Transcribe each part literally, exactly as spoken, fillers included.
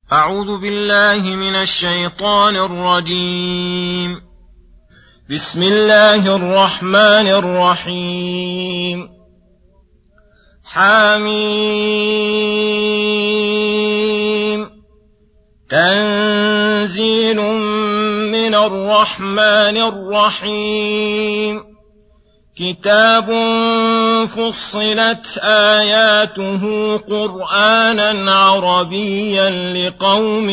أعوذ بالله من الشيطان الرجيم. بسم الله الرحمن الرحيم. حميم. تنزيل من الرحمن الرحيم. كتاب فصلت آياته قرآنا عربيا لقوم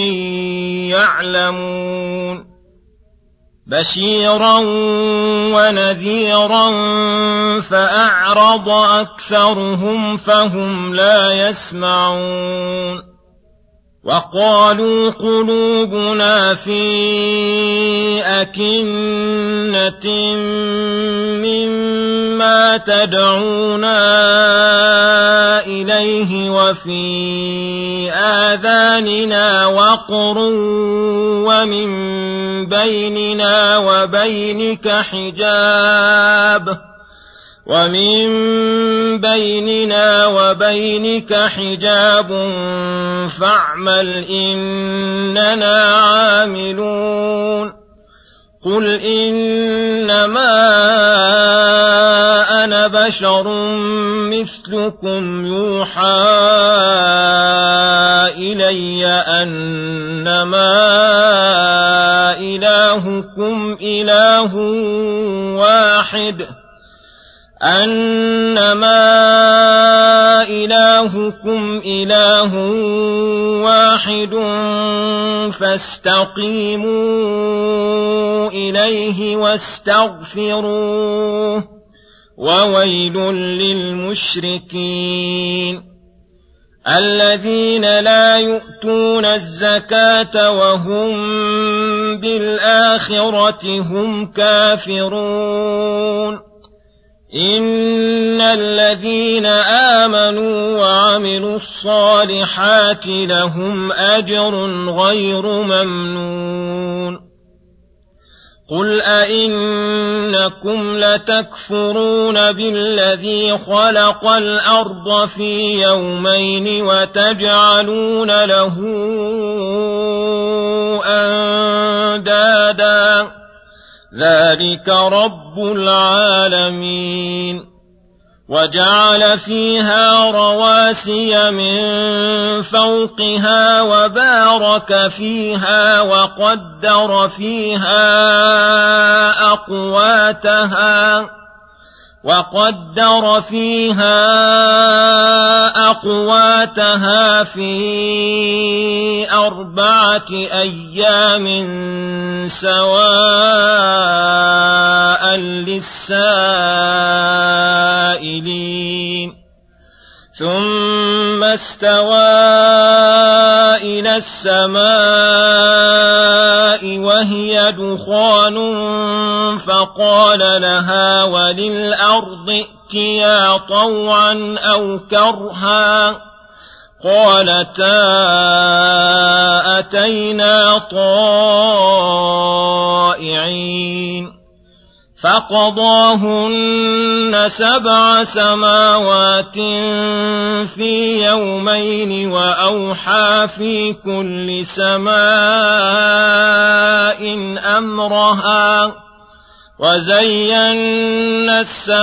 يعلمون بشيرا ونذيرا فأعرض أكثرهم فهم لا يسمعون وقالوا قلوبنا في أكنة مما تدعونا إليه وفي آذاننا وقر ومن بيننا وبينك حجاب ومن بيننا وبينك حجاب فاعمل إننا عاملون قل إنما أنا بشر مثلكم يوحى إلي أنما إلهكم إله واحد أنما إلهكم إله واحد فاستقيموا إليه واستغفروه وويل للمشركين الذين لا يؤتون الزكاة وهم بالآخرة هم كافرون إن الذين آمنوا وعملوا الصالحات لهم أجر غير ممنون قل أئنكم لتكفرون بالذي خلق الأرض في يومين وتجعلون له أندادا ذلك رب العالمين وجعل فيها رواسي من فوقها وبارك فيها وقدر فيها أقواتها وقدر فيها أقواتها في أربعة أيام سواء للسائلين ثم استوى إلى السماء وهي دخان فقال لها وللأرض ائتيا طوعا أو كرها قالتا أتينا طائعين فقضاهن سبع سماوات في يومين وأوحى في كل سماء أمرها وزينا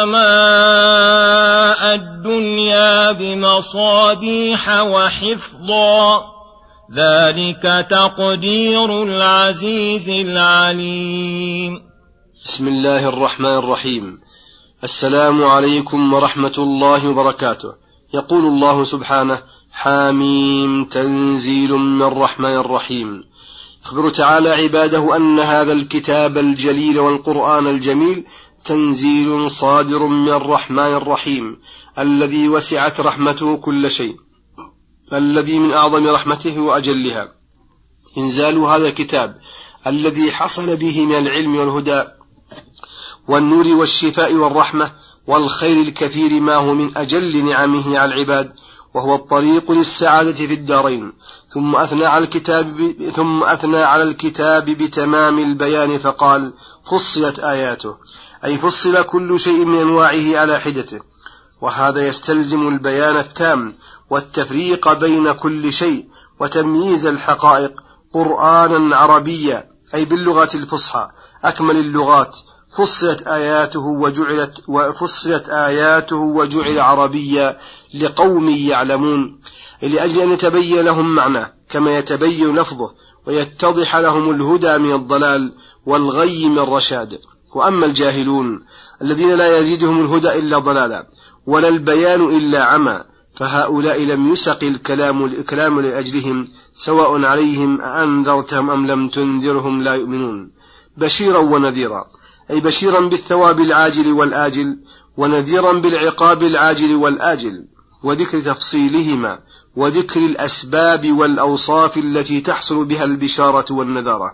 السماء الدنيا بمصابيح وحفظا ذلك تقدير العزيز العليم. بسم الله الرحمن الرحيم. السلام عليكم ورحمة الله وبركاته. يقول الله سبحانه: حميم تنزيل من الرحمن الرحيم. يخبر تعالى عباده أن هذا الكتاب الجليل والقرآن الجميل تنزيل صادر من الرحمن الرحيم الذي وسعت رحمته كل شيء، الذي من أعظم رحمته وأجلها إنزال هذا الكتاب الذي حصل به من العلم والهدى والنور والشفاء والرحمة والخير الكثير ما هو من أجل نعمه على العباد، وهو الطريق للسعادة في الدارين. ثم أثنى على الكتاب ثم أثنى على الكتاب بتمام البيان فقال: فصلت آياته، أي فصل كل شيء من أنواعه على حدته، وهذا يستلزم البيان التام والتفريق بين كل شيء وتمييز الحقائق قرآنا عربيا أي باللغة الفصحى أكمل اللغات فصلت آياته وجعلت وفصلت آياته وجعل عربيا لقوم يعلمون لأجل أن يتبين لهم معناه كما يتبين لفظه ويتضح لهم الهدى من الضلال والغي من الرشاد. وأما الجاهلون الذين لا يزيدهم الهدى إلا ضلالا ولا البيان إلا عمى فهؤلاء لم يسق الكلام, الكلام لأجلهم سواء عليهم أأنذرتهم أم لم تنذرهم لا يؤمنون. بشيرا ونذيرا أي بشيرا بالثواب العاجل والآجل ونذيرا بالعقاب العاجل والآجل وذكر تفصيلهما وذكر الأسباب والأوصاف التي تحصل بها البشارة والنذارة.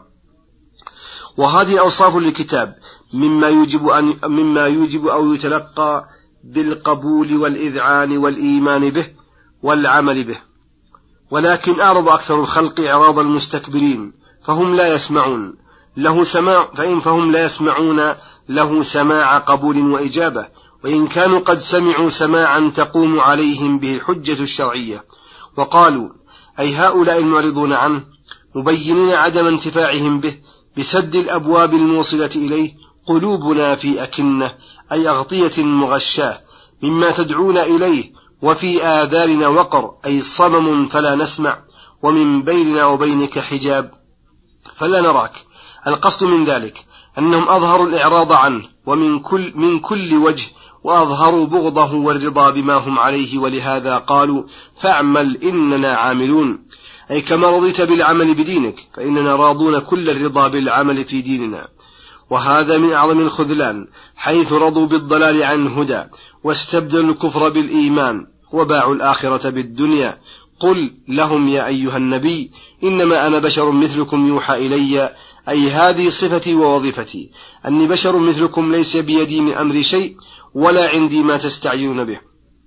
وهذه أوصاف الكتاب مما يجب, أن مما يجب أو يتلقى بالقبول والإذعان والإيمان به والعمل به، ولكن أعرض أكثر الخلق إعراض المستكبرين فهم لا يسمعون له سماع فإن فهم لا يسمعون له سماع قبول وإجابة، وإن كانوا قد سمعوا سماعا تقوم عليهم به الحجة الشرعية. وقالوا أي هؤلاء المعرضون عنه مبينين عدم انتفاعهم به بسد الأبواب الموصلة إليه قلوبنا في أكنة أي أغطية مغشاة مما تدعون إليه وفي آذاننا وقر أي صمم فلا نسمع ومن بيننا وبينك حجاب فلا نراك. القصد من ذلك أنهم أظهروا الإعراض عنه ومن كل, من كل وجه وأظهروا بغضه والرضا بما هم عليه، ولهذا قالوا فاعمل إننا عاملون أي كما رضيت بالعمل بدينك فإننا راضون كل الرضا بالعمل في ديننا. وهذا من أعظم الخذلان حيث رضوا بالضلال عن هدى واستبدلوا الكفر بالإيمان وباعوا الآخرة بالدنيا. قل لهم يا أيها النبي إنما أنا بشر مثلكم يوحى إلي أي هذه صفتي ووظيفتي أني بشر مثلكم ليس بيدي من أمر شيء ولا عندي ما تستعجلون به،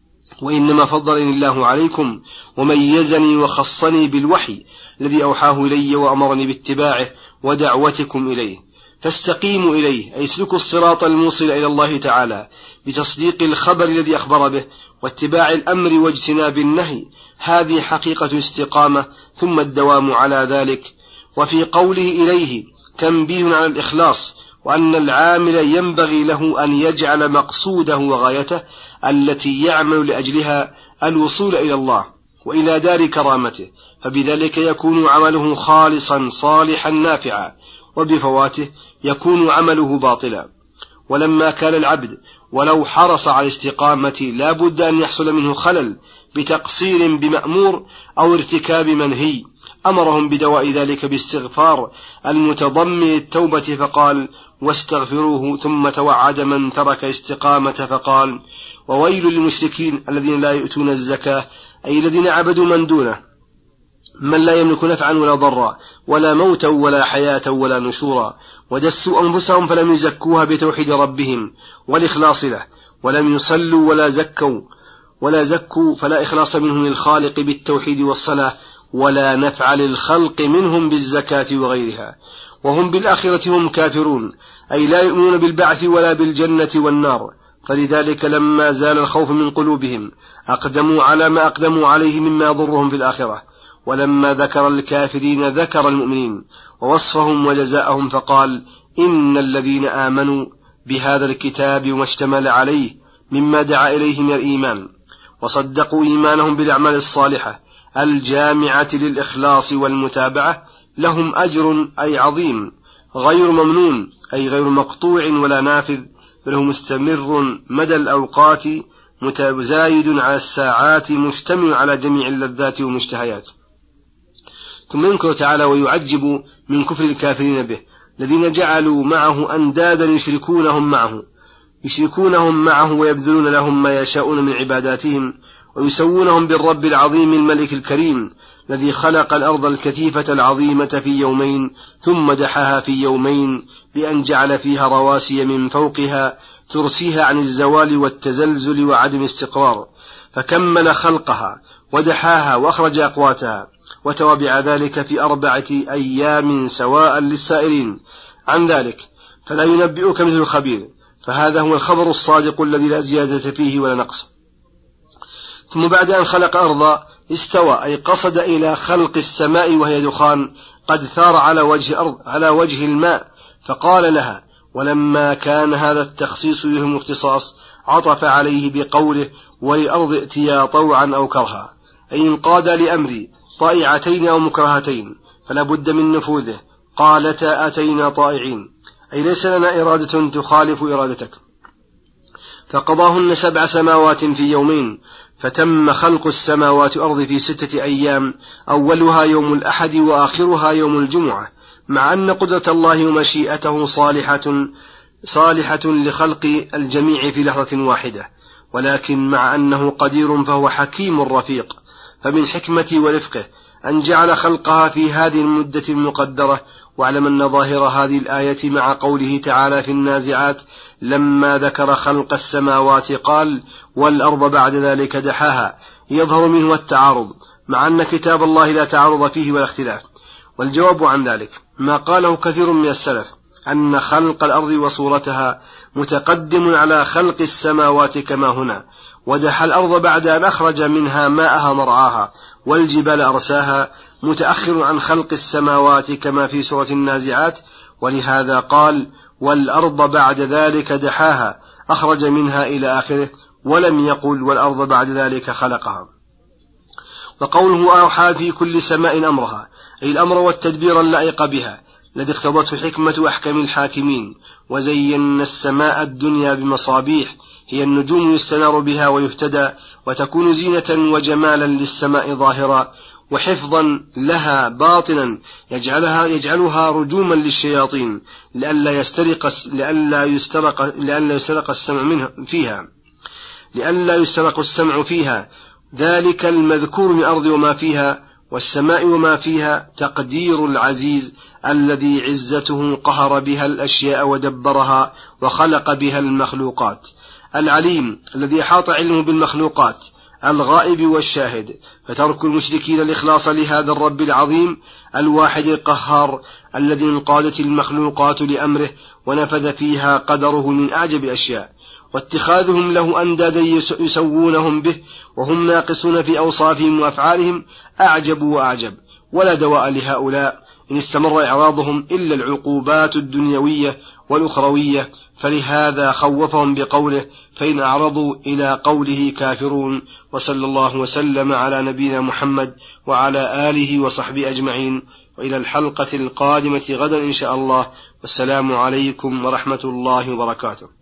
وإنما فضلني الله عليكم وميزني وخصني بالوحي الذي أوحاه إلي وأمرني باتباعه ودعوتكم إليه، فاستقيموا إليه أي اسلكوا الصراط الموصل إلى الله تعالى بتصديق الخبر الذي أخبر به واتباع الأمر واجتناب النهي، هذه حقيقة استقامة ثم الدوام على ذلك. وفي قوله إليه تنبيه على الإخلاص وأن العامل ينبغي له أن يجعل مقصوده وغايته التي يعمل لأجلها الوصول إلى الله وإلى دار كرامته، فبذلك يكون عمله خالصا صالحا نافعا وبفواته يكون عمله باطلا. ولما كان العبد ولو حرص على الاستقامة لا بد أن يحصل منه خلل بتقصير بمأمور أو ارتكاب منهي، أمرهم بدواء ذلك باستغفار المتضمن التوبة فقال واستغفروه، ثم توعد من ترك استقامة فقال وويل للمشركين الذين لا يؤتون الزكاة أي الذين عبدوا من دونه من لا يملك نفعا ولا ضرا ولا موتا ولا حياة ولا نشورا، ودسوا أنفسهم فلم يزكوها بتوحيد ربهم والإخلاص له، ولم يصلوا ولا زكوا ولا زكوا فلا إخلاص منهم للخالق بالتوحيد والصلاة ولا نفع للخلق منهم بالزكاة وغيرها، وهم بالآخرة هم كافرون أي لا يؤمنون بالبعث ولا بالجنة والنار. فلذلك لما زال الخوف من قلوبهم أقدموا على ما أقدموا عليه مما يضرهم في الآخرة، ولما ذكر الكافرين ذكر المؤمنين ووصفهم وجزاءهم فقال إن الذين آمنوا بهذا الكتاب وما اشتمل عليه مما دعا إليه من الإيمان وصدقوا إيمانهم بالأعمال الصالحة الجامعة للإخلاص والمتابعة لهم أجر أي عظيم غير ممنون أي غير مقطوع ولا نافذ، بل هو مستمر مدى الأوقات متزايد على الساعات مشتمل على جميع اللذات والمشتهيات. ثم ينكر تعالى ويعجب من كفر الكافرين به الذين جعلوا معه أندادا يشركونهم معه يشركونهم معه ويبذلون لهم ما يشاءون من عباداتهم ويسوونهم بالرب العظيم الملك الكريم الذي خلق الأرض الكثيفة العظيمة في يومين ثم دحاها في يومين بأن جعل فيها رواسي من فوقها ترسيها عن الزوال والتزلزل وعدم استقرار، فكمل خلقها ودحاها وأخرج أقواتها وتوابع ذلك في أربعة أيام سواء للسائلين عن ذلك، فلا ينبئك مثل خبير، فهذا هو الخبر الصادق الذي لا زيادة فيه ولا نقص. ثم بعد أن خلق أرضا استوى أي قصد إلى خلق السماء وهي دخان قد ثار على وجه الأرض على وجه الماء فقال لها. ولما كان هذا التخصيص يهم اختصاص عطف عليه بقوله وللأرض ائتيا طوعا أو كرها، أي انقاد لأمري طائعتين أو مكرهتين فلا بد من نفوذه. قالتا أتينا طائعين، أي ليس لنا إرادة تخالف إرادتك. فقضاهن سبع سماوات في يومين، فتم خلق السماوات والأرض في ستة أيام، أولها يوم الأحد وآخرها يوم الجمعة، مع أن قدرة الله ومشيئته صالحة صالحة لخلق الجميع في لحظة واحدة، ولكن مع أنه قدير فهو حكيم رفيق، فمن حكمته ورفقه أن جعل خلقها في هذه المدة المقدرة. واعلم أن ظاهر هذه الآية مع قوله تعالى في النازعات لما ذكر خلق السماوات قال والأرض بعد ذلك دحاها، يظهر منه التعارض، مع أن كتاب الله لا تعارض فيه ولا اختلاف. والجواب عن ذلك ما قاله كثير من السلف أن خلق الأرض وصورتها متقدم على خلق السماوات كما هنا، ودحى الأرض بعد أن أخرج منها ماءها مرعاها والجبال أرساها متأخر عن خلق السماوات كما في سورة النازعات. ولهذا قال والأرض بعد ذلك دحاها أخرج منها إلى آخره، ولم يقل والأرض بعد ذلك خلقها. وقوله أوحى في كل سماء أمرها، أي الأمر والتدبير اللائق بها الذي اقتضته حكمة أحكم الحاكمين. وزينا السماء الدنيا بمصابيح، هي النجوم يستنار بها ويهتدى، وتكون زينة وجمالا للسماء ظاهرا، وحفظا لها باطنا يجعلها, يجعلها رجوما للشياطين لئلا يسترق, لئلا يسترق, لئلا يسترق السمع منها فيها لئلا يسترق السمع فيها ذلك المذكور من الأرض وما فيها والسماء وما فيها تقدير العزيز الذي عزته قهر بها الأشياء ودبرها وخلق بها المخلوقات، العليم الذي أحاط علمه بالمخلوقات، الغائب والشاهد. فترك المشركين الإخلاص لهذا الرب العظيم الواحد القهار الذي انقادت المخلوقات لأمره ونفذ فيها قدره من أعجب الأشياء، واتخاذهم له أندادا يسوونهم به وهم ناقصون في أوصافهم وأفعالهم أعجب وأعجب. ولا دواء لهؤلاء إن استمر إعراضهم إلا العقوبات الدنيوية والأخروية، فلهذا خوفهم بقوله فإن أعرضوا إلى قوله كافرون. وصلى الله وسلم على نبينا محمد وعلى آله وصحبه أجمعين، وإلى الحلقة القادمة غدا إن شاء الله، والسلام عليكم ورحمة الله وبركاته.